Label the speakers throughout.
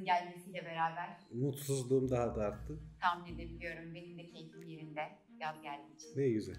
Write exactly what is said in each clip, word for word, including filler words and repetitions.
Speaker 1: gelmesiyle beraber.
Speaker 2: Mutsuzluğum daha da arttı.
Speaker 1: Tahmin edebiliyorum. Benim de keyfim yerinde yaz geldiği için.
Speaker 2: Ne güzel.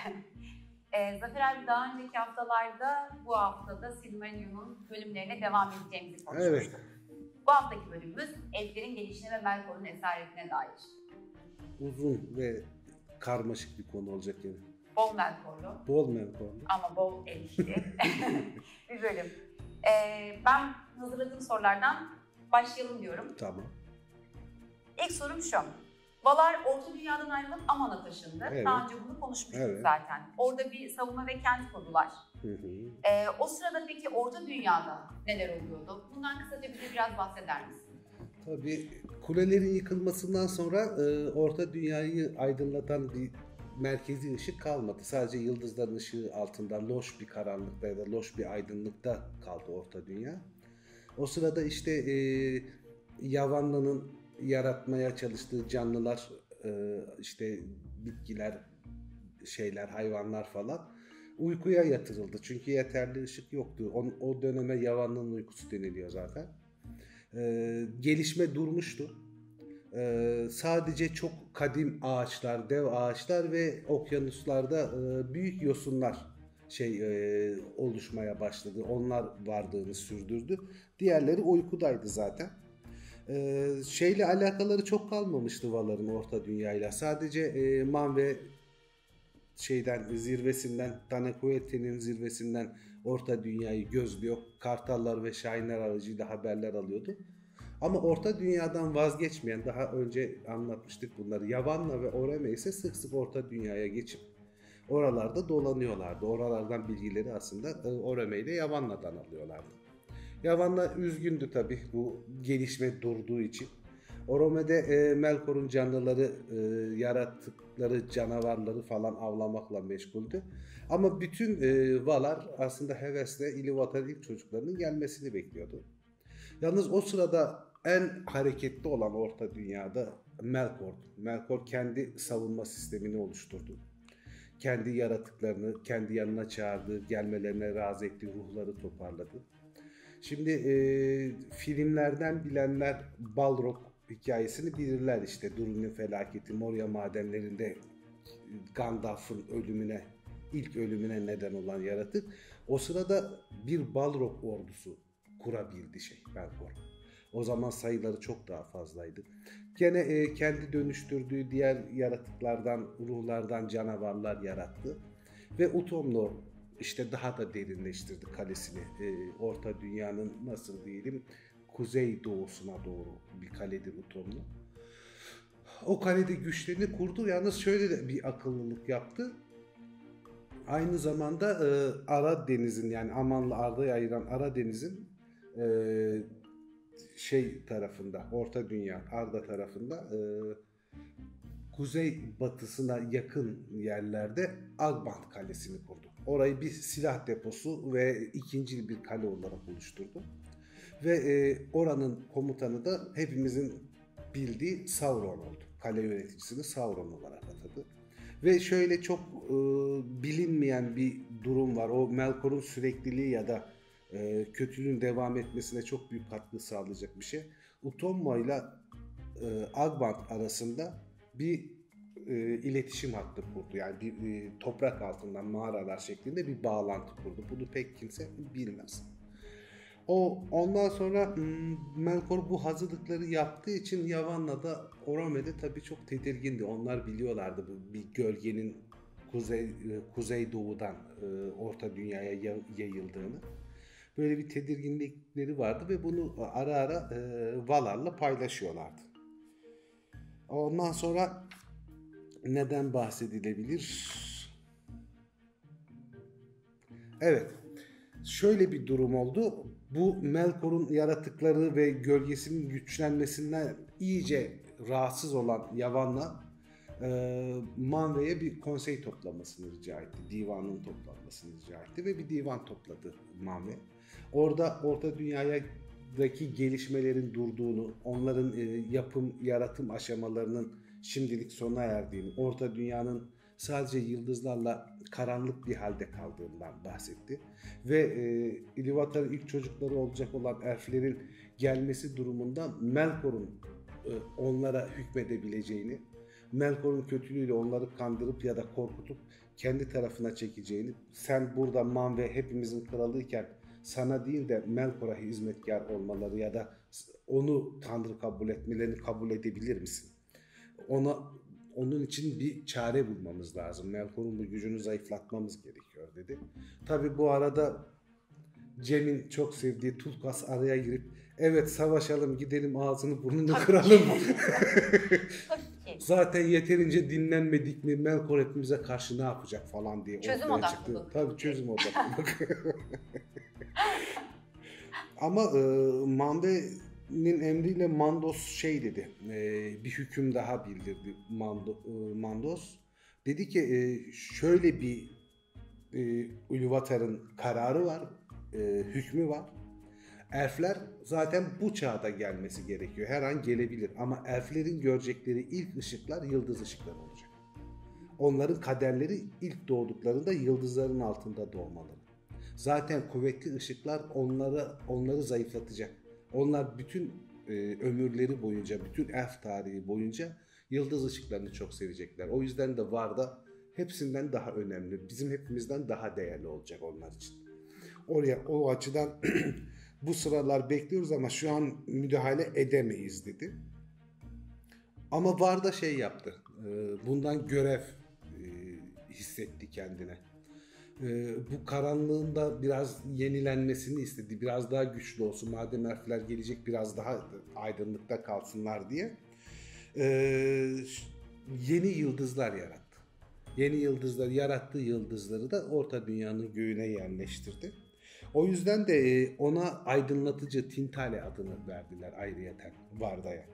Speaker 1: e, Zafer abi daha önceki haftalarda bu haftada Silmarillion'un bölümlerine devam edeceğimizi konuşmuştuk.
Speaker 2: Evet.
Speaker 1: Bu haftaki bölümümüz elflerin gelişine ve Melkor'un esaretine dair.
Speaker 2: Uzun ve karmaşık bir konu olacak yani.
Speaker 1: Bol Melkorlu.
Speaker 2: Bol Melkorlu.
Speaker 1: Ama bol elfli bir bölüm. Ee, ben hazırladığım sorulardan başlayalım diyorum.
Speaker 2: Tamam.
Speaker 1: İlk sorum şu. Valar Orta Dünya'dan ayrılıp Aman'a taşındı.
Speaker 2: Evet.
Speaker 1: Daha önce bunu konuşmuştuk
Speaker 2: Evet.
Speaker 1: zaten. Orada bir savunma ve kent kurdular.
Speaker 2: Hı hı.
Speaker 1: Ee, o sırada peki Orta Dünya'da neler oluyordu? Bundan kısaca bize biraz bahseder misin?
Speaker 2: Tabii kulelerin yıkılmasından sonra e, Orta Dünya'yı aydınlatan bir merkezi ışık kalmadı. Sadece yıldızların ışığı altında loş bir karanlıkta ya da loş bir aydınlıkta kaldı Orta Dünya. O sırada işte e, Yavanna'nın yaratmaya çalıştığı canlılar, e, işte bitkiler, şeyler, hayvanlar falan uykuya yatırıldı. Çünkü yeterli ışık yoktu. O, o döneme Yavanna'nın uykusu deniliyor zaten. E, gelişme durmuştu. Ee, sadece çok kadim ağaçlar, dev ağaçlar ve okyanuslarda e, büyük yosunlar şey e, oluşmaya başladı. Onlar varlığını sürdürdü. Diğerleri uykudaydı zaten. Ee, şeyle alakaları çok kalmamıştı Valar'ın Orta Dünya'yla. Sadece e, Manwe şeyden zirvesinden, Tanaquete'nin zirvesinden Orta Dünya'yı gözlüyor. Kartallar ve şahinler aracıyla haberler alıyordu. Ama Orta Dünya'dan vazgeçmeyen, daha önce anlatmıştık bunları, Yavanna ve Orome ise sık sık Orta Dünya'ya geçip oralarda dolanıyorlardı. Oralardan bilgileri aslında Orome ile Yavanna'dan alıyorlardı. Yavanna üzgündü tabii bu gelişme durduğu için. Orome'de e, Melkor'un canlıları, e, yarattıkları canavarları falan avlamakla meşguldü. Ama bütün e, Valar aslında hevesle Ilúvatar'ın ilk çocuklarının gelmesini bekliyordu. Yalnız o sırada en hareketli olan Orta Dünya'da Melkor'du. Melkor kendi savunma sistemini oluşturdu. Kendi yaratıklarını kendi yanına çağırdı, gelmelerine razı ettiği ruhları toparladı. Şimdi e, filmlerden bilenler Balrog hikayesini bilirler işte. Durin'in felaketi, Moria madenlerinde Gandalf'ın ölümüne, ilk ölümüne neden olan yaratık. O sırada bir Balrog ordusu kurabildi şey Melkor. O zaman sayıları çok daha fazlaydı. Gene e, kendi dönüştürdüğü diğer yaratıklardan, ruhlardan canavarlar yarattı. Ve Utumno işte daha da derinleştirdi kalesini. E, Orta Dünya'nın nasıl diyelim kuzey doğusuna doğru bir kaledir Utumno. O kalede güçlerini kurdu. Yalnız şöyle de bir akıllılık yaptı. Aynı zamanda e, Ara Deniz'in yani Aman'la Arda'yı ayıran Ara Deniz'in e, şey tarafında, Orta Dünya, Arda tarafında e, kuzey batısına yakın yerlerde Agbant Kalesi'ni kurdu. Orayı bir silah deposu ve ikinci bir kale olarak oluşturdu. Ve e, oranın komutanı da hepimizin bildiği Sauron oldu. Kale yöneticisini Sauron olarak atadı. Ve şöyle çok e, bilinmeyen bir durum var. O Melkor'un sürekliliği ya da e, kötülüğün devam etmesine çok büyük katkı sağlayacak bir şey. Utumno ile e, Agbant arasında bir e, iletişim hattı kurdu. Yani bir e, toprak altından mağaralar şeklinde bir bağlantı kurdu. Bunu pek kimse bilmez. O ondan sonra Melkor bu hazırlıkları yaptığı için Yavanna'da, Orome'de tabii çok tedirgindi. Onlar biliyorlardı bu bir gölgenin kuzey kuzeydoğudan Orta Dünya'ya yayıldığını. Böyle bir tedirginlikleri vardı ve bunu ara ara Valar'la paylaşıyorlardı. Ondan sonra neden bahsedilebilir? Evet. Şöyle bir durum oldu. Bu Melkor'un yaratıkları ve gölgesinin güçlenmesinden iyice rahatsız olan Yavanna e, Manwe'ye bir konsey toplamasını rica etti. Divanın toplanmasını rica etti ve bir divan topladı Manwe. Orada Orta Dünya'daki gelişmelerin durduğunu, onların e, yapım, yaratım aşamalarının şimdilik sona erdiğini, Orta Dünya'nın sadece yıldızlarla karanlık bir halde kaldığından bahsetti. Ve e, Ilúvatar'ın ilk çocukları olacak olan elflerin gelmesi durumunda Melkor'un e, onlara hükmedebileceğini, Melkor'un kötülüğüyle onları kandırıp ya da korkutup kendi tarafına çekeceğini, sen burada Man ve hepimizin kralıyken sana değil de Melkor'a hizmetkar olmaları ya da onu tanrı kabul etmelerini kabul edebilir misin? Ona onun için bir çare bulmamız lazım. Melkor'un bu gücünü zayıflatmamız gerekiyor dedi. Tabi bu arada Cem'in çok sevdiği Tulkas araya girip evet savaşalım, gidelim, ağzını burnunu kıralım. Zaten yeterince dinlenmedik mi, Melkor hepimize karşı ne yapacak falan diye
Speaker 1: çözüm
Speaker 2: ortaya çıktı. Tabii çözüm odaklı. Ama e, Manve'nin emriyle Mandos şey dedi, e, bir hüküm daha bildirdi Mando, e, Mandos. Dedi ki e, şöyle bir e, Ilúvatar'ın kararı var, e, hükmü var. Elfler zaten bu çağda gelmesi gerekiyor. Her an gelebilir ama elflerin görecekleri ilk ışıklar yıldız ışıkları olacak. Onların kaderleri ilk doğduklarında yıldızların altında doğmaları. Zaten kuvvetli ışıklar onları onları zayıflatacak. Onlar bütün e, ömürleri boyunca, bütün elf tarihi boyunca yıldız ışıklarını çok sevecekler. O yüzden de Varda hepsinden daha önemli, bizim hepimizden daha değerli olacak onlar için. Oraya o açıdan bu sıralar bekliyoruz ama şu an müdahale edemeyiz dedi. Ama Varda şey yaptı, bundan görev hissetti kendine. Bu karanlığın da biraz yenilenmesini istedi, biraz daha güçlü olsun, madem elfler gelecek biraz daha aydınlıkta kalsınlar diye yeni yıldızlar yarattı. Yeni yıldızlar yarattığı yıldızları da Orta Dünya'nın göğüne yerleştirdi. O yüzden de ona aydınlatıcı Tintale adını verdiler ayrıyeten Varda'ya.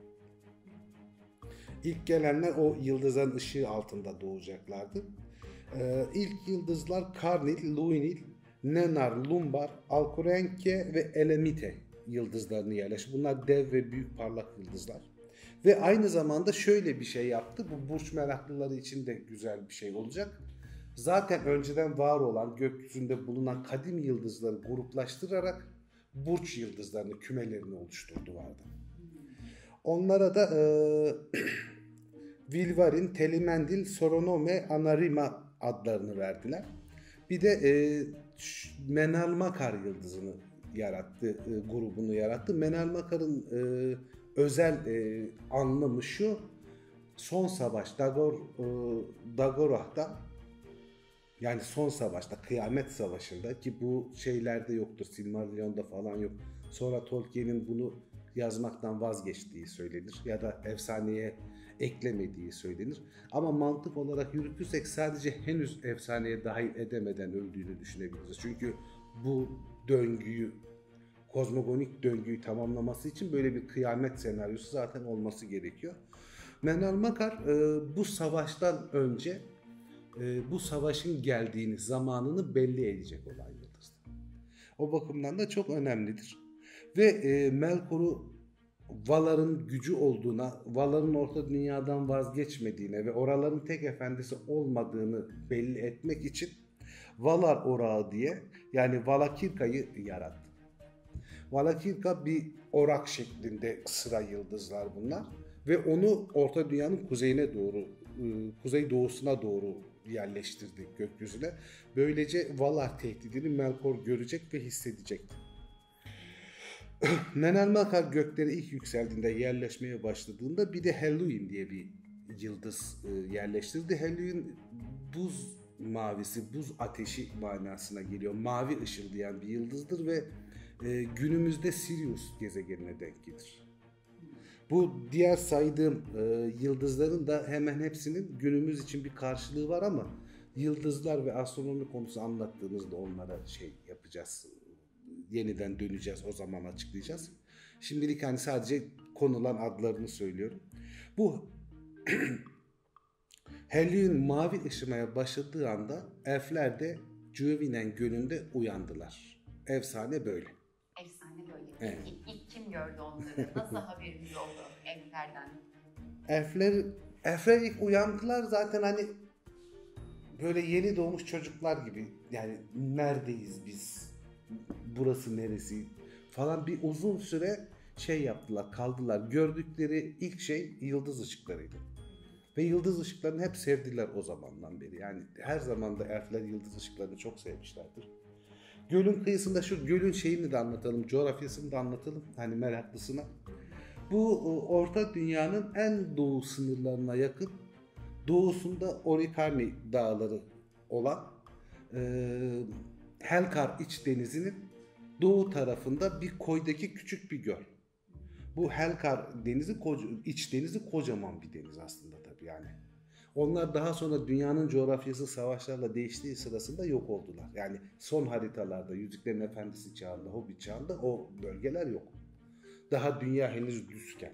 Speaker 2: İlk gelenler o yıldızların ışığı altında doğacaklardı. Ee, ilk yıldızlar Karnil, Luinil, Nenar, Lumbar, Alkorenke ve Elemite yıldızlarını yerleşti. Bunlar dev ve büyük parlak yıldızlar. Ve aynı zamanda şöyle bir şey yaptı. Bu burç meraklıları için de güzel bir şey olacak. Zaten önceden var olan gökyüzünde bulunan kadim yıldızları gruplaştırarak burç yıldızlarını, kümelerini oluşturdu vardı. Onlara da e, Vilvarin, Telimendil, Soronome, Anarima adlarını verdiler. Bir de e, Menalmakar yıldızını yarattı, e, grubunu yarattı. Menalmakar'ın e, özel e, anlamı şu: son savaş Dagor, e, Dagorah'ta, yani son savaşta, kıyamet savaşında, ki bu şeylerde yoktur, Silmarillion'da falan yok. Sonra Tolkien'in bunu yazmaktan vazgeçtiği söylenir ya da efsaneye eklemediği söylenir. Ama mantık olarak yürütürsek sadece henüz efsaneye dahil edemeden öldüğünü düşünebiliriz. Çünkü bu döngüyü, kozmogonik döngüyü tamamlaması için böyle bir kıyamet senaryosu zaten olması gerekiyor. Menalmakar e, bu savaştan önce e, bu savaşın geldiğini, zamanını belli edecek olan yıldızdır. O bakımdan da çok önemlidir. Ve e, Melkor'u Valar'ın gücü olduğuna, Valar'ın Orta Dünya'dan vazgeçmediğine ve oraların tek efendisi olmadığını belli etmek için Valar Orağı diye, yani Valakirka'yı yarattı. Valakirka bir orak şeklinde sıra yıldızlar bunlar ve onu Orta Dünya'nın kuzeyine doğru, kuzey doğusuna doğru yerleştirdi gökyüzüne. Böylece Valar tehdidini Melkor görecek ve hissedecekti. Menelmakar gökleri ilk yükseldiğinde, yerleşmeye başladığında bir de Helluin diye bir yıldız yerleştirdi. Helluin buz mavisi, buz ateşi manasına geliyor. Mavi ışıldayan bir yıldızdır ve e, günümüzde Sirius gezegenine denk gelir. Bu diğer saydığım e, yıldızların da hemen hepsinin günümüz için bir karşılığı var ama yıldızlar ve astronomi konusu anlattığımızda onlara şey yapacağız. Yeniden döneceğiz, o zaman açıklayacağız. Şimdilik hani sadece konulan adlarını söylüyorum. Bu Helluin mavi ışımaya başladığı anda elfler de Cüvinen Gölü'nde uyandılar. Efsane böyle.
Speaker 1: Efsane böyle.
Speaker 2: Evet.
Speaker 1: İlk, ilk kim gördü onları? Nasıl haberimiz oldu elflerden?
Speaker 2: Elfler, elfler ilk uyandılar zaten, hani böyle yeni doğmuş çocuklar gibi, yani neredeyiz biz, burası neresi falan, bir uzun süre şey yaptılar, kaldılar. Gördükleri ilk şey yıldız ışıklarıydı. Ve yıldız ışıklarını hep sevdiler o zamandan beri. Yani her zaman da elfler yıldız ışıklarını çok sevmişlerdir. Gölün kıyısında, şu gölün şeyini de anlatalım, coğrafyasını da anlatalım hani meraklısına. Bu Orta Dünya'nın en doğu sınırlarına yakın, doğusunda Orikani Dağları olan e, Helkar İç Denizi'nin doğu tarafında bir koydaki küçük bir göl. Bu Helkar Denizi, koca, iç denizi kocaman bir deniz aslında tabii yani. Onlar daha sonra dünyanın coğrafyası savaşlarla değiştiği sırasında yok oldular. Yani son haritalarda, Yüzüklerin Efendisi çağında, Hobbit çağında o bölgeler yok. Daha dünya henüz düzken.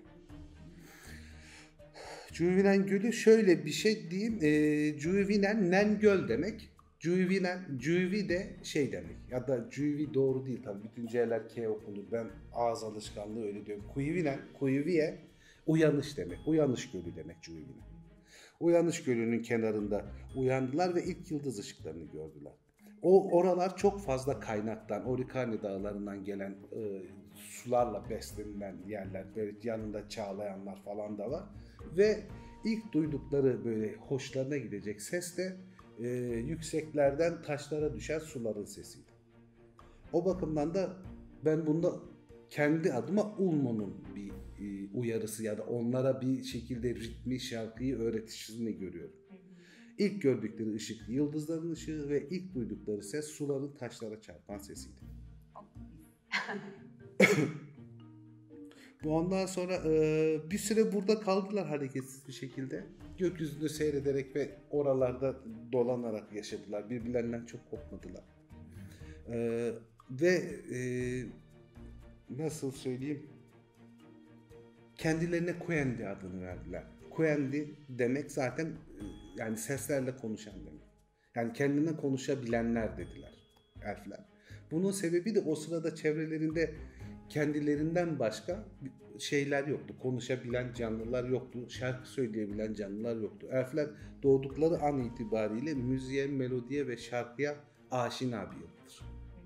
Speaker 2: Cuvinen Gölü şöyle bir şey diyeyim. E, Cuvinen nen göl demek. Cuvinen, Cuvi de şey demek. Ya da Cuvi doğru değil tabii. Bütün C'ler K okunur. Ben ağız alışkanlığı öyle diyorum. Cuvinen, Cuviye uyanış demek. Uyanış Gölü demek Cuvinen. Uyanış Gölü'nün kenarında uyandılar ve ilk yıldız ışıklarını gördüler. O oralar çok fazla kaynaktan, Orikani Dağları'ndan gelen e, sularla beslenilen yerler. Böyle yanında çağlayanlar falan da var. Ve ilk duydukları böyle hoşlarına gidecek ses de e, yükseklerden taşlara düşen suların sesiydi. O bakımdan da ben bunda kendi adıma Ulmo'nun bir e, uyarısı ya da onlara bir şekilde ritmi, şarkıyı öğretişini görüyorum. İlk gördükleri ışık yıldızların ışığı ve ilk duydukları ses suların taşlara çarpan sesiydi. Bu ondan sonra e, bir süre burada kaldılar hareketsiz bir şekilde. Gökyüzünü seyrederek ve oralarda dolanarak yaşadılar. Birbirlerinden çok kopmadılar. E, ve e, nasıl söyleyeyim? Kendilerine Quendi adını verdiler. Quendi demek zaten yani seslerle konuşan demek. Yani kendine konuşabilenler dediler elfler. Bunun sebebi de o sırada çevrelerinde kendilerinden başka şeyler yoktu. Konuşabilen canlılar yoktu. Şarkı söyleyebilen canlılar yoktu. Elfler doğdukları an itibariyle müziğe, melodiye ve şarkıya aşina bir yıldır.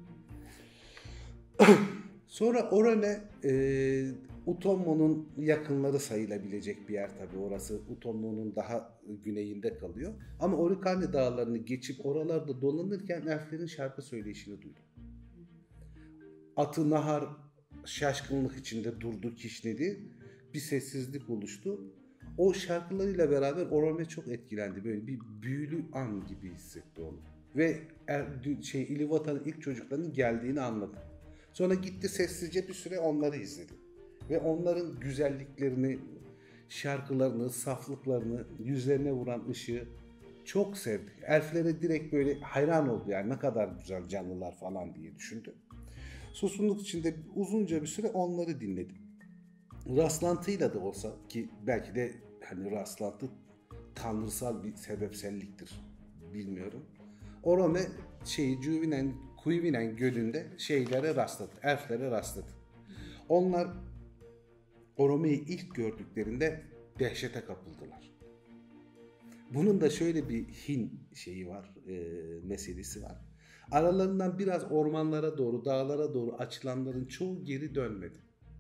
Speaker 2: Sonra Orane e, Utommo'nun yakınları sayılabilecek bir yer tabii. Orası Utommo'nun daha güneyinde kalıyor. Ama Orikani Dağları'nı geçip oralarda dolanırken elflerin şarkı söyleyişini duydum. Atı Nahar şaşkınlık içinde durdu, kişnedi. Bir sessizlik oluştu. O şarkılarıyla beraber Orane çok etkilendi. Böyle bir büyülü an gibi hissetti onu. Ve er, şey, İluvatar'ın ilk çocuklarının geldiğini anladı. Sonra gitti sessizce bir süre onları izledi. Ve onların güzelliklerini, şarkılarını, saflıklarını, yüzlerine vuran ışığı çok sevdi. Elflere direkt böyle hayran oldu, yani ne kadar güzel canlılar falan diye düşündü. Suskunluk içinde uzunca bir süre onları dinledi. Rastlantıyla da olsa, ki belki de hani rastlantı tanrısal bir sebepselliktir, bilmiyorum. Orome şeyi Cuvinen, Cuvinen Gölü'nde şeylere rastladı, elflere rastladı. Onlar Orome'yi ilk gördüklerinde dehşete kapıldılar. Bunun da şöyle bir Hin şeyi var, e, meselesi var. Aralarından biraz ormanlara doğru, dağlara doğru açılanların çoğu geri dönmedi.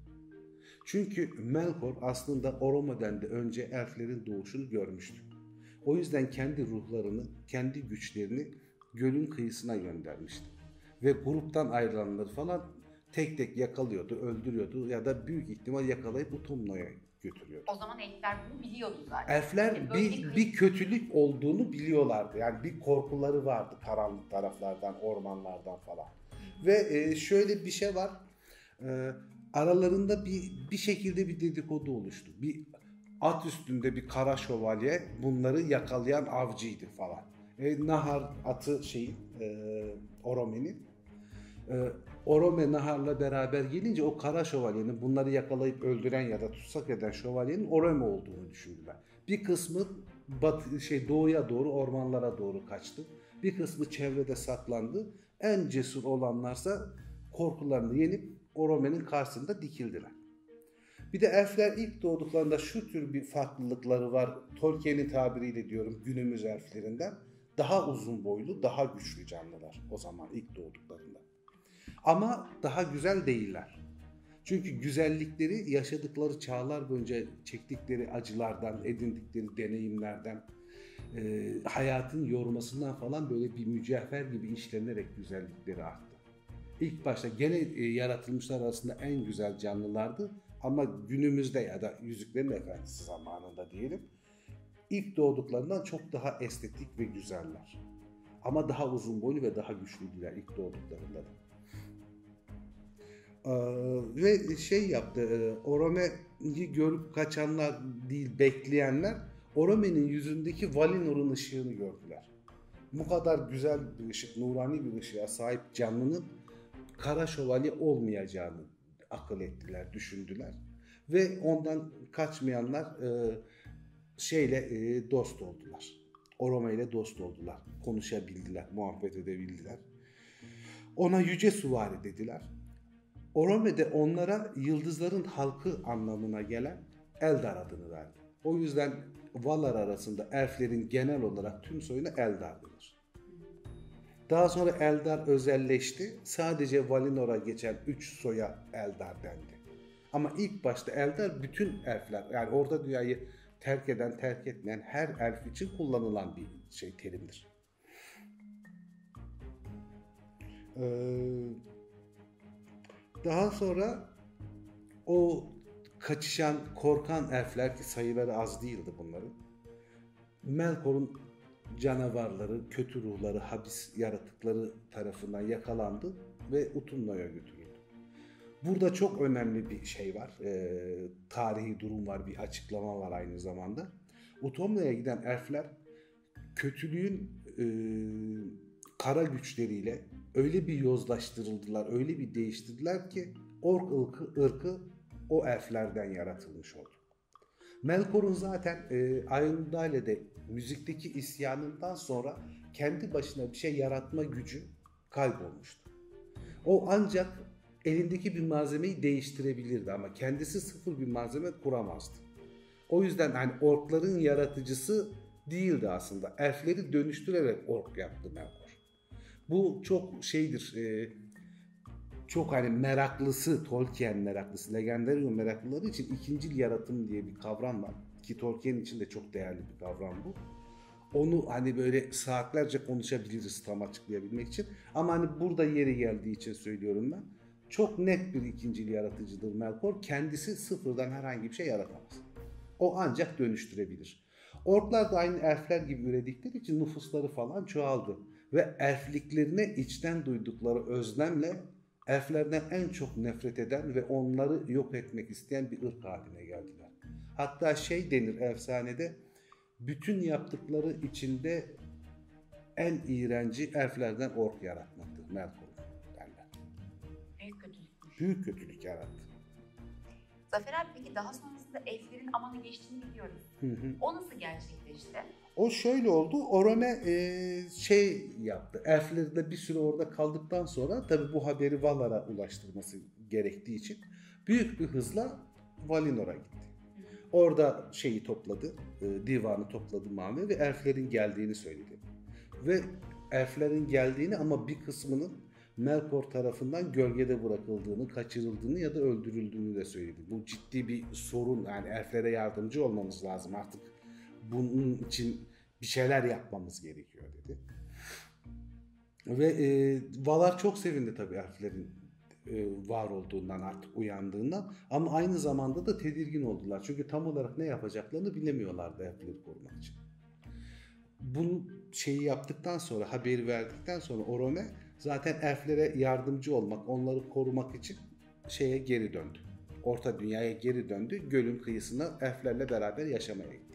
Speaker 2: Çünkü Melkor aslında Orome'den de önce elflerin doğuşunu görmüştü. O yüzden kendi ruhlarını, kendi güçlerini gölün kıyısına göndermişti. Ve gruptan ayrılanları falan tek tek yakalıyordu, öldürüyordu ya da büyük ihtimal yakalayıp Utomno'ya götürüyordu.
Speaker 1: O zaman elfler bunu biliyordu zaten.
Speaker 2: Elfler yani bir, bir kötülük olduğunu biliyorlardı. Yani bir korkuları vardı karanlık taraflardan, ormanlardan falan. Ve e, şöyle bir şey var. E, aralarında bir bir şekilde bir dedikodu oluştu. Bir at üstünde bir kara şövalye bunları yakalayan avcıydı falan. E, Nahar atı şeyin, e, Orome'nin. E, Orome Nahar'la beraber gelince o kara şövalyenin, bunları yakalayıp öldüren ya da tutsak eden şövalyenin Orome olduğunu düşündüler. Bir kısmı batı, şey doğuya doğru, ormanlara doğru kaçtı. Bir kısmı çevrede saklandı. En cesur olanlarsa korkularını yenip Orome'nin karşısında dikildiler. Bir de elfler ilk doğduklarında şu tür bir farklılıkları var. Tolkien'in tabiriyle diyorum, günümüz elflerinden. daha uzun boylu, daha güçlü canlılar o zaman ilk doğduklarında. Ama daha güzel değiller. Çünkü güzellikleri yaşadıkları çağlar boyunca çektikleri acılardan, edindikleri deneyimlerden, e, hayatın yormasından falan böyle bir mücevher gibi işlenerek güzellikleri arttı. İlk başta gene e, yaratılmışlar arasında en güzel canlılardı ama günümüzde ya da Yüzüklerin Efendisi zamanında diyelim ilk doğduklarından çok daha estetik ve güzeller. Ama daha uzun boylu ve daha güçlüydüler ilk doğduklarında da. Ee, ve şey yaptı, e, Orome'yi görüp kaçanlar değil bekleyenler Orome'nin yüzündeki Valinor'un ışığını gördüler. Bu kadar güzel bir ışık, nurani bir ışığa sahip canlının kara şövalye olmayacağını akıl ettiler, düşündüler. Ve ondan kaçmayanlar e, şeyle e, dost oldular. Orome ile dost oldular. Konuşabildiler, muhabbet edebildiler. Ona yüce süvari dediler. Orome de onlara yıldızların halkı anlamına gelen Eldar adını verdi. O yüzden Valar arasında elflerin genel olarak tüm soyuna Eldar denir. Daha sonra Eldar özelleşti. Sadece Valinor'a geçen üç soya Eldar dendi. Ama ilk başta Eldar bütün elfler, yani Orta Dünyayı terk eden, terk etmeyen her elf için kullanılan bir şey terimdir. Ee, daha sonra o kaçışan, korkan elfler ki sayıları az değildi bunların. Melkor'un canavarları, kötü ruhları, habis yaratıkları tarafından yakalandı ve Utumno'ya götürüldü. Burada çok önemli bir şey var, e, tarihi durum var, bir açıklama var aynı zamanda. Utumno'ya giden elfler kötülüğün e, kara güçleriyle öyle bir yozlaştırıldılar, öyle bir değiştirdiler ki ork ırkı, ırkı o elflerden yaratılmış oldu. Melkor'un zaten e, Ayundale'de müzikteki isyanından sonra kendi başına bir şey yaratma gücü kaybolmuştu. O ancak elindeki bir malzemeyi değiştirebilirdi ama kendisi sıfır bir malzeme kuramazdı. O yüzden hani orkların yaratıcısı değildi aslında. Elfleri dönüştürerek ork yaptı Melkor. Bu çok şeydir, e, çok hani meraklısı, Tolkien meraklısı, Legendarium meraklıları için ikincil yaratım diye bir kavram var. Ki Tolkien için de çok değerli bir kavram bu. Onu hani böyle saatlerce konuşabiliriz tam açıklayabilmek için. Ama hani burada yeri geldiği için söylüyorum ben. Çok net bir ikincil yaratıcıdır Melkor. Kendisi sıfırdan herhangi bir şey yaratamaz. O ancak dönüştürebilir. Orklar da aynı elfler gibi üredikleri için nüfusları falan çoğaldı. Ve elfliklerine içten duydukları özlemle elflerden en çok nefret eden ve onları yok etmek isteyen bir ırk haline geldiler. Hatta şey denir efsanede, bütün yaptıkları içinde en iğrenci elflerden ork yaratmaktır. Melkor derler.
Speaker 1: Büyük kötülükmüş.
Speaker 2: Büyük kötülük yarattı.
Speaker 1: Zafer abi peki daha sonrasında elflerin amanı geçtiğini biliyoruz.
Speaker 2: Hı hı.
Speaker 1: O nasıl gerçekleşti?
Speaker 2: O şöyle oldu. Orome e, şey yaptı. Elflerle bir süre orada kaldıktan sonra tabi bu haberi Valar'a ulaştırması gerektiği için büyük bir hızla Valinor'a gitti. Orada şeyi topladı, e, divanı topladı Mame ve elflerin geldiğini söyledi. Ve elflerin geldiğini ama bir kısmının Melkor tarafından gölgede bırakıldığını, kaçırıldığını ya da öldürüldüğünü de söyledi. Bu ciddi bir sorun, yani elflere yardımcı olmamız lazım artık. Bunun için bir şeyler yapmamız gerekiyor dedi. Ve e, Valar çok sevindi tabii elflerin e, var olduğundan, artık uyandığından. Ama aynı zamanda da tedirgin oldular. Çünkü tam olarak ne yapacaklarını bilemiyorlardı elfleri korumak için. Bu şeyi yaptıktan sonra, haberi verdikten sonra Orome zaten elflere yardımcı olmak, onları korumak için şeye geri döndü. Orta Dünya'ya geri döndü. Gölün kıyısına elflerle beraber yaşamaya gitti.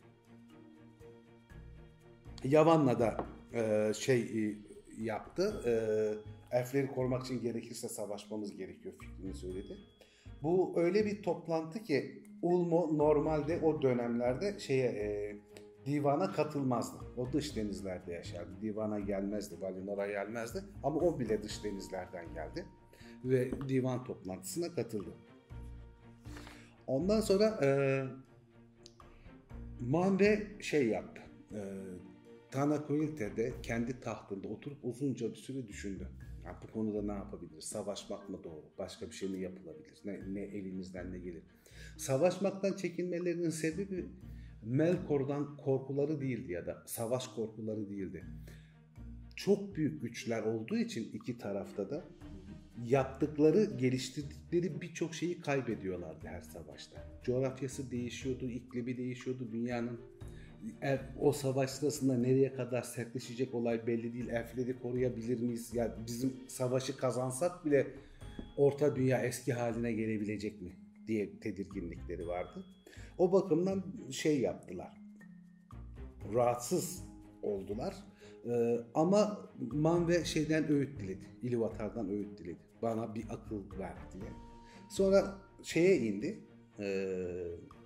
Speaker 2: Yavan'la da e, şey e, yaptı. E, elfleri korumak için gerekirse savaşmamız gerekiyor fikrini söyledi. Bu öyle bir toplantı ki Ulmo normalde o dönemlerde şeye e, divana katılmazdı. O dış denizlerde yaşardı. Divana gelmezdi, Valinor'a gelmezdi. Ama o bile dış denizlerden geldi ve divan toplantısına katıldı. Ondan sonra e, Mande şey yaptı. E, Tanaquilte de kendi tahtında oturup uzunca bir süre düşündü. Ya bu konuda ne yapabiliriz? Savaşmak mı doğru? Başka bir şey mi yapılabilir? Ne, ne elimizden ne gelir? Savaşmaktan çekinmelerinin sebebi Melkor'dan korkuları değildi ya da savaş korkuları değildi. Çok büyük güçler olduğu için iki tarafta da yaptıkları, geliştirdikleri birçok şeyi kaybediyorlardı her savaşta. Coğrafyası değişiyordu, iklimi değişiyordu, dünyanın o savaş sırasında nereye kadar sertleşecek olay belli değil. Elfleri koruyabilir miyiz? Ya bizim savaşı kazansak bile Orta Dünya eski haline gelebilecek mi diye tedirginlikleri vardı. O bakımdan şey yaptılar. Rahatsız oldular. Ee, ama Manwe şeyden öğüt diledi. İlúvatar'dan öğüt diledi. Bana bir akıl ver diye. Sonra şeye indi. Ee,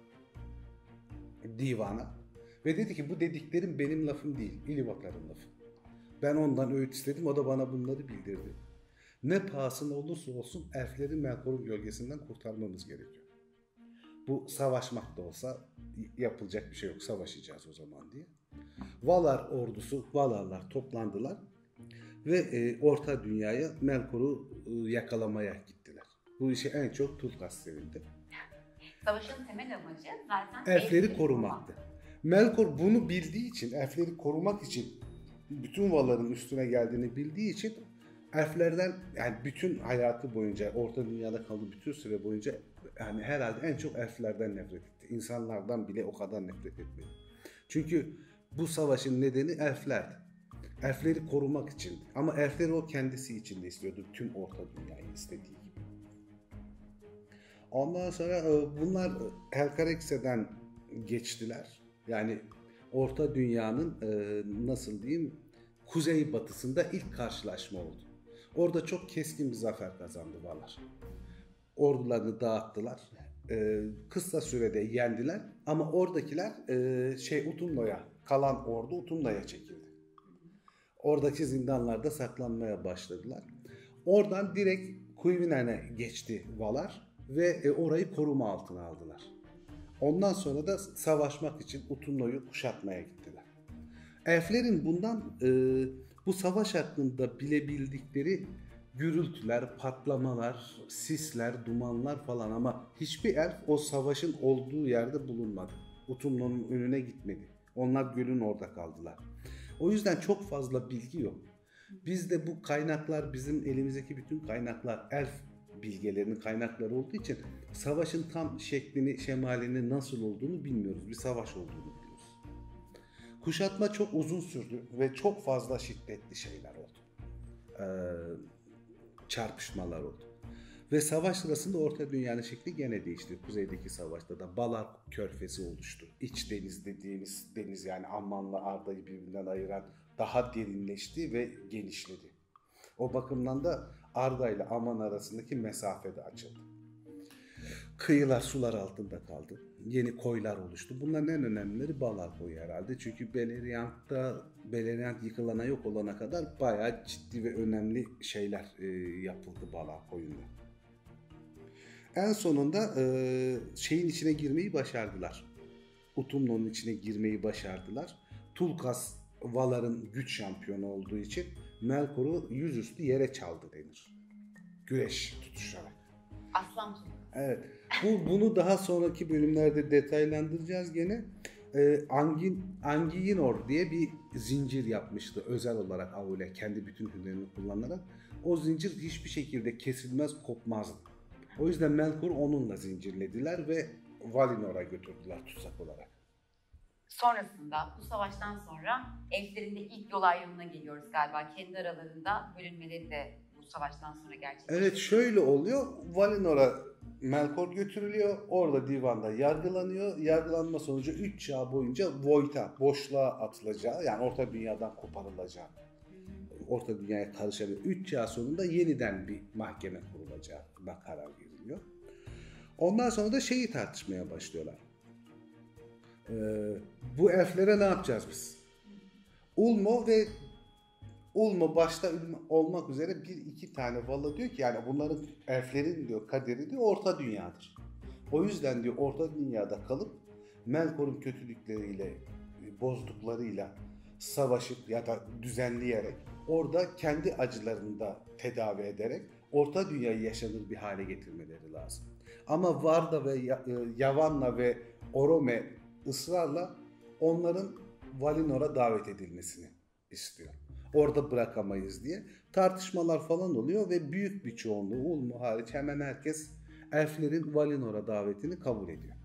Speaker 2: divana. Ve dedi ki bu dediklerim benim lafım değil. İlúvatar'ın lafı. Ben ondan öğüt istedim. O da bana bunları bildirdi. Ne pahasına olursa olsun elfleri Melkor'un gölgesinden kurtarmamız gerekiyor. Bu savaşmak da olsa yapılacak bir şey yok. Savaşacağız o zaman diye. Valar ordusu, Valarlar toplandılar ve e, Orta Dünya'ya Melkor'u e, yakalamaya gittiler. Bu işe en çok Tulkas sevindi.
Speaker 1: Savaşın temel amacı zaten
Speaker 2: elfleri korumaktı. Melkor bunu bildiği için, elfleri korumak için bütün Valar'ın üstüne geldiğini bildiği için elflerden yani bütün hayatı boyunca, Orta Dünya'da kaldığı bütün süre boyunca yani herhalde en çok elflerden nefret etti. İnsanlardan bile o kadar nefret etmedi. Çünkü bu savaşın nedeni elflerdi. Elfleri korumak için. Ama elfleri o kendisi için de istiyordu. Tüm Orta Dünya'yı istediği gibi. Ondan sonra bunlar Helcarax'den geçtiler. Yani Orta Dünya'nın nasıl diyeyim kuzey batısında ilk karşılaşma oldu. Orada çok keskin bir zafer kazandı Valar. Ordularını dağıttılar. Kısa sürede yendiler. Ama oradakiler şey Utumno'ya kalan ordu Utumno'ya çekildi. Oradaki zindanlarda saklanmaya başladılar. Oradan direkt Kuivinen'e geçti Valar ve orayı koruma altına aldılar. Ondan sonra da savaşmak için Utumno'yu kuşatmaya gittiler. Elflerin bundan e, bu savaş hakkında bilebildikleri gürültüler, patlamalar, sisler, dumanlar falan ama hiçbir elf o savaşın olduğu yerde bulunmadı. Utumno'nun önüne gitmedi. Onlar gölün orada kaldılar. O yüzden çok fazla bilgi yok. Bizde bu kaynaklar, bizim elimizdeki bütün kaynaklar elf bilgelerinin kaynakları olduğu için savaşın tam şeklini, şemalini nasıl olduğunu bilmiyoruz. Bir savaş olduğunu biliyoruz. Kuşatma çok uzun sürdü ve çok fazla şiddetli şeyler oldu. Ee, çarpışmalar oldu. Ve savaş sırasında Orta Dünya'nın şekli gene değişti. Kuzeydeki savaşta da Balar Körfezi oluştu. İç deniz dediğimiz deniz yani Amman'la Arda'yı birbirinden ayıran daha derinleşti ve genişledi. O bakımdan da Arda ile Amman arasındaki mesafe de açıldı. Kıyılar sular altında kaldı. Yeni koylar oluştu. Bunların en önemlileri Balar koyu herhalde. Çünkü Beleriand'da Beleriand yıkılana yok olana kadar bayağı ciddi ve önemli şeyler e, yapıldı Balar koyunda. En sonunda e, şeyin içine girmeyi başardılar. Utumno'nun içine girmeyi başardılar. Tulkas Valar'ın güç şampiyonu olduğu için Melkor'u yüzüstü yere çaldı denir. Güreş tutuşarak.
Speaker 1: Aslan tuttu.
Speaker 2: Evet. Bu, bunu daha sonraki bölümlerde detaylandıracağız gene. Ee, Angin, Anginor diye bir zincir yapmıştı özel olarak Aule kendi bütün hünerini kullanarak. O zincir hiçbir şekilde kesilmez, kopmazdı. O yüzden Melkor'u onunla zincirlediler ve Valinor'a götürdüler tutsak olarak.
Speaker 1: Sonrasında bu savaştan sonra elflerin de ilk yol ayrımına geliyoruz galiba. Kendi aralarında bölünmeleri de bu savaştan sonra gerçekleşiyor.
Speaker 2: Evet şöyle oluyor. Valinor'a Melkor götürülüyor. Orada divanda yargılanıyor. Yargılanma sonucu üç çağ boyunca Void'a, boşluğa atılacağı yani Orta Dünya'dan koparılacağı. Orta Dünya'ya karışabilir. üç çağ sonunda yeniden bir mahkeme kurulacağına karar veriliyor. Ondan sonra da şeyi tartışmaya başlıyorlar. Ee, bu elflere ne yapacağız biz? Ulmo ve Ulmo başta olmak üzere bir iki tane Vala diyor ki yani bunların elflerin diyor kaderi diyor Orta Dünya'dır. O yüzden diyor Orta Dünya'da kalıp Melkor'un kötülükleriyle, bozduklarıyla savaşıp ya da düzenleyerek orada kendi acılarını da tedavi ederek Orta Dünya'yı yaşanır bir hale getirmeleri lazım. Ama Varda ve Yavanna ve Orome ısrarla onların Valinor'a davet edilmesini istiyor. Orada bırakamayız diye tartışmalar falan oluyor ve büyük bir çoğunluğu Ulmo hariç hemen herkes elflerin Valinor'a davetini kabul ediyor.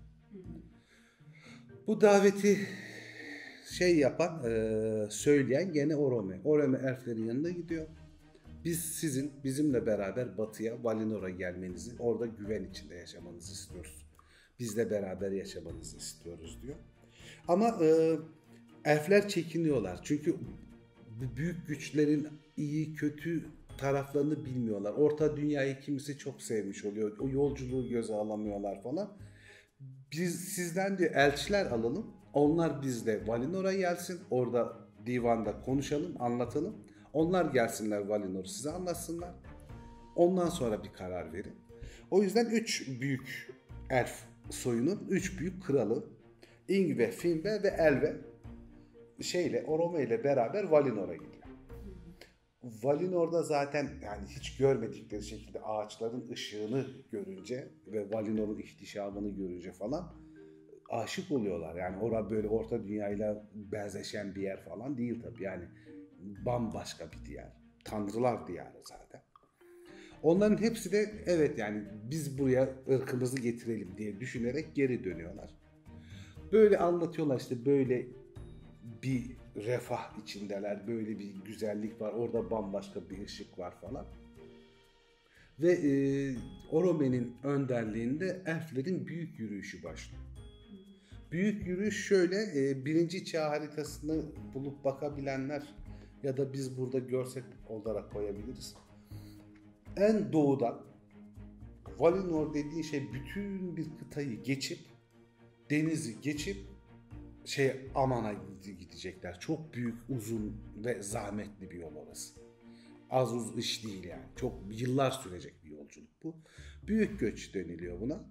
Speaker 2: Bu daveti şey yapan, söyleyen gene Orome. Orome elflerin yanına gidiyor. Biz sizin bizimle beraber batıya, Valinor'a gelmenizi, orada güven içinde yaşamanızı istiyoruz. Bizle beraber yaşamanızı istiyoruz diyor. Ama e, elfler çekiniyorlar. Çünkü bu büyük güçlerin iyi, kötü taraflarını bilmiyorlar. Orta Dünya'yı kimisi çok sevmiş oluyor. O yolculuğu göze alamıyorlar falan. Biz sizden diyor elçiler alalım. Onlar bizle Valinor'a gelsin. Orada divanda konuşalım, anlatalım. Onlar gelsinler Valinor'u size anlatsınlar. Ondan sonra bir karar verin. O yüzden üç büyük elf soyunun üç büyük kralı Ingve, Finve ve Elve şeyle Orome ile beraber Valinor'a gidiyor. Valinor'da zaten yani hiç görmedikleri şekilde ağaçların ışığını görünce ve Valinor'un ihtişamını görünce falan aşık oluyorlar. Yani orada böyle Orta Dünya'yla benzeşen bir yer falan değil tabii. Yani bambaşka bir diyar. Tanrılar diyarı zaten. Onların hepsi de evet yani biz buraya ırkımızı getirelim diye düşünerek geri dönüyorlar. Böyle anlatıyorlar işte böyle bir refah içindeler, böyle bir güzellik var, orada bambaşka bir ışık var falan. Ve e, Orome'nin önderliğinde elflerin büyük yürüyüşü başlıyor. Büyük yürüyüş şöyle, e, birinci çağ haritasını bulup bakabilenler ya da biz burada görsel olarak koyabiliriz. En doğudan Valinor dediği şey bütün bir kıtayı geçip, denizi geçip şey Aman'a gidecekler. Çok büyük, uzun ve zahmetli bir yol orası. Az uz iş değil yani. Çok yıllar sürecek bir yolculuk bu. Büyük göç deniliyor buna.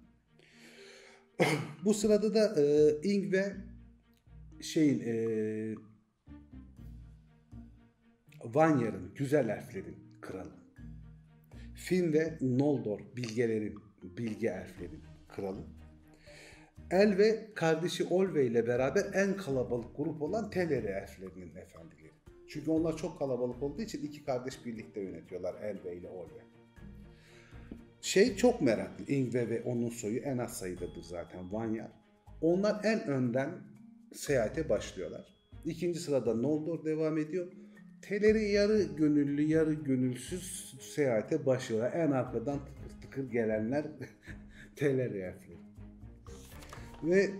Speaker 2: Bu sırada da e, Ingve şeyin e, Vanyar'ın, güzel elflerin kralı. Finve Noldor, bilgelerin, bilge elflerin kralı. Elve kardeşi Olve ile beraber en kalabalık grup olan Teleri elflerinin efendileri. Çünkü onlar çok kalabalık olduğu için iki kardeş birlikte yönetiyorlar Elve ile Olve. Şey çok meraklı, Ingve ve onun soyu en az sayıdadır zaten Vanyar. Onlar en önden seyahate başlıyorlar. İkinci sırada Noldor devam ediyor. Teleri yarı gönüllü, yarı gönülsüz seyahate başlıyorlar. En arkadan tıkır tıkır gelenler Teleri elfleri. Ve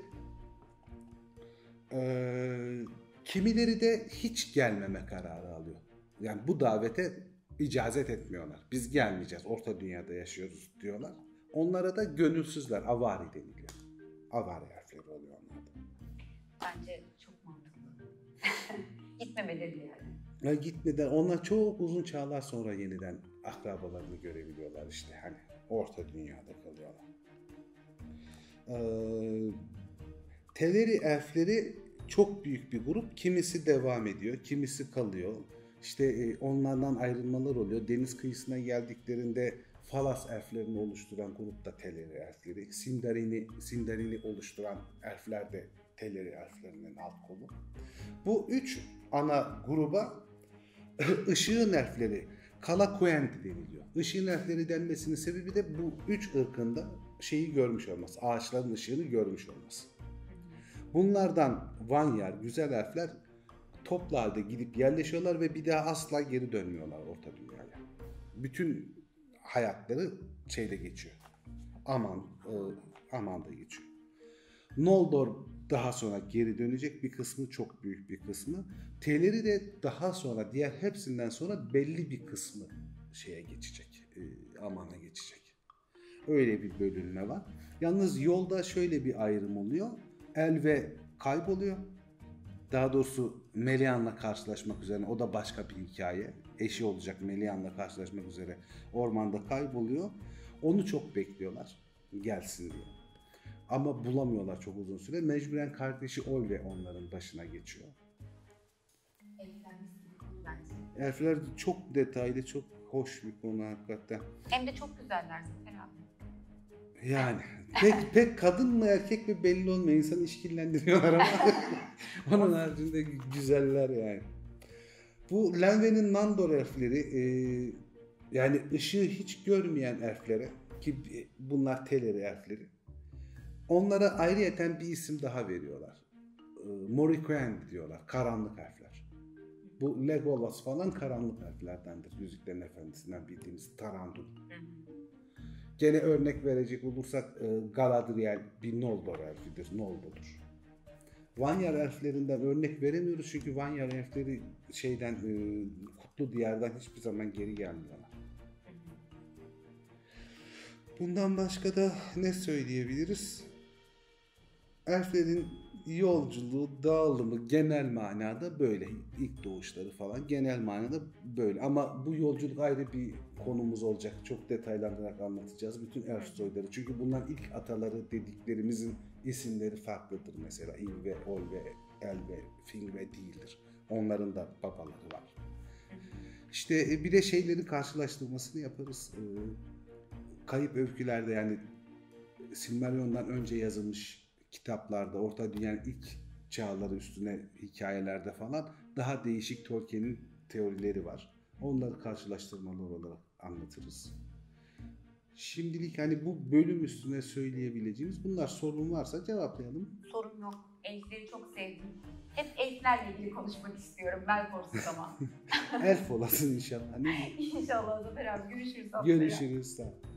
Speaker 2: e, kimileri de hiç gelmeme kararı alıyor. Yani bu davete icazet etmiyorlar. Biz gelmeyeceğiz, Orta Dünya'da yaşıyoruz diyorlar. Onlara da gönülsüzler, avari deniliyor. Avari elfleri oluyor onlar da.
Speaker 1: Bence çok mantıklı. Gitmemeleri yani.
Speaker 2: Ya gitmeden, onlar çok uzun çağlar sonra yeniden akrabalarını görebiliyorlar işte. Hani Orta Dünya'da kalıyorlar. Ee, Teleri elfleri çok büyük bir grup. Kimisi devam ediyor, kimisi kalıyor. İşte e, onlardan ayrılmalar oluyor. Deniz kıyısına geldiklerinde Falas elflerini oluşturan grup da Teleri elfleri. Sindarin'i, Sindarin'i oluşturan elfler de Teleri elflerinin alt kolu. Bu üç ana gruba ışığın elfleri, Kalaquendi deniliyor. Işığın elfleri denmesinin sebebi de bu üç ırkında şeyi görmüş olması, ağaçların ışığını görmüş olması. Bunlardan Vanyar, güzel elfler toplu halde gidip yerleşiyorlar ve bir daha asla geri dönmüyorlar Orta Dünya'ya. Bütün hayatları şeyde geçiyor. Aman, e, Aman'da geçiyor. Noldor daha sonra geri dönecek, bir kısmı, çok büyük bir kısmı. Teleri de daha sonra, diğer hepsinden sonra belli bir kısmı şeye geçecek, e, Aman'a geçecek. Öyle bir bölünme var. Yalnız yolda şöyle bir ayrım oluyor. Elve kayboluyor. Daha doğrusu Melian'la karşılaşmak üzere, o da başka bir hikaye. Eşi olacak Melian'la karşılaşmak üzere ormanda kayboluyor. Onu çok bekliyorlar gelsin diye. Ama bulamıyorlar çok uzun süre. Mecburen kardeşi Olve onların başına geçiyor.
Speaker 1: Elfler mis gibi konu bence.
Speaker 2: Elfler çok detaylı, çok hoş bir konu hakikaten.
Speaker 1: Hem de çok güzeller Zafer abi.
Speaker 2: Yani pek pek kadın mı erkek mi belli olmuyor. İnsanı işkillendiriyorlar ama onun haricinde güzeller yani. Bu Lenve'nin Nandor elfleri e, yani ışığı hiç görmeyen elflere ki bunlar Teleri elfleri. Onlara ayrıyeten bir isim daha veriyorlar. E, Morriquen diyorlar. Karanlık elfler. Bu Legolas falan karanlık elflerdendir. Yüzüklerin Efendisi'nden bildiğimiz Tarandul. Gene örnek verecek olursak e, Galadriel bir Noldor elfidir, Noldor'dur. Vanyar elflerinden örnek veremiyoruz çünkü Vanyar elfleri şeyden e, Kutlu Diyar'dan hiçbir zaman geri gelmiyorlar. Bundan başka da ne söyleyebiliriz? Elflerin yolculuğu, dağılımı genel manada böyle. İlk doğuşları falan genel manada böyle. Ama bu yolculuk ayrı bir konumuz olacak. Çok detaylandırarak anlatacağız. Bütün elf soyları. Çünkü bunların ilk ataları dediklerimizin isimleri farklıdır. Mesela Ingve, Olve, Elve, Fingve değildir. Onların da babaları var. İşte bir de şeylerin karşılaştırmasını yaparız. Kayıp öykülerde yani Silmarillion'dan önce yazılmış kitaplarda, Orta Dünya'nın ilk çağları üstüne hikayelerde falan daha değişik Tolkien'in teorileri var. Onları karşılaştırmalı olarak anlatırız. Şimdilik hani bu bölüm üstüne söyleyebileceğimiz bunlar, sorun varsa cevaplayalım.
Speaker 1: Sorun yok. Elfleri çok sevdim. Hep elflerle ilgili konuşmak istiyorum. Melkorsuz ama.
Speaker 2: Elf olasın inşallah. Ne?
Speaker 1: İnşallah Zafer abi. Görüşürüz.
Speaker 2: Görüşürüz. Sağ ol.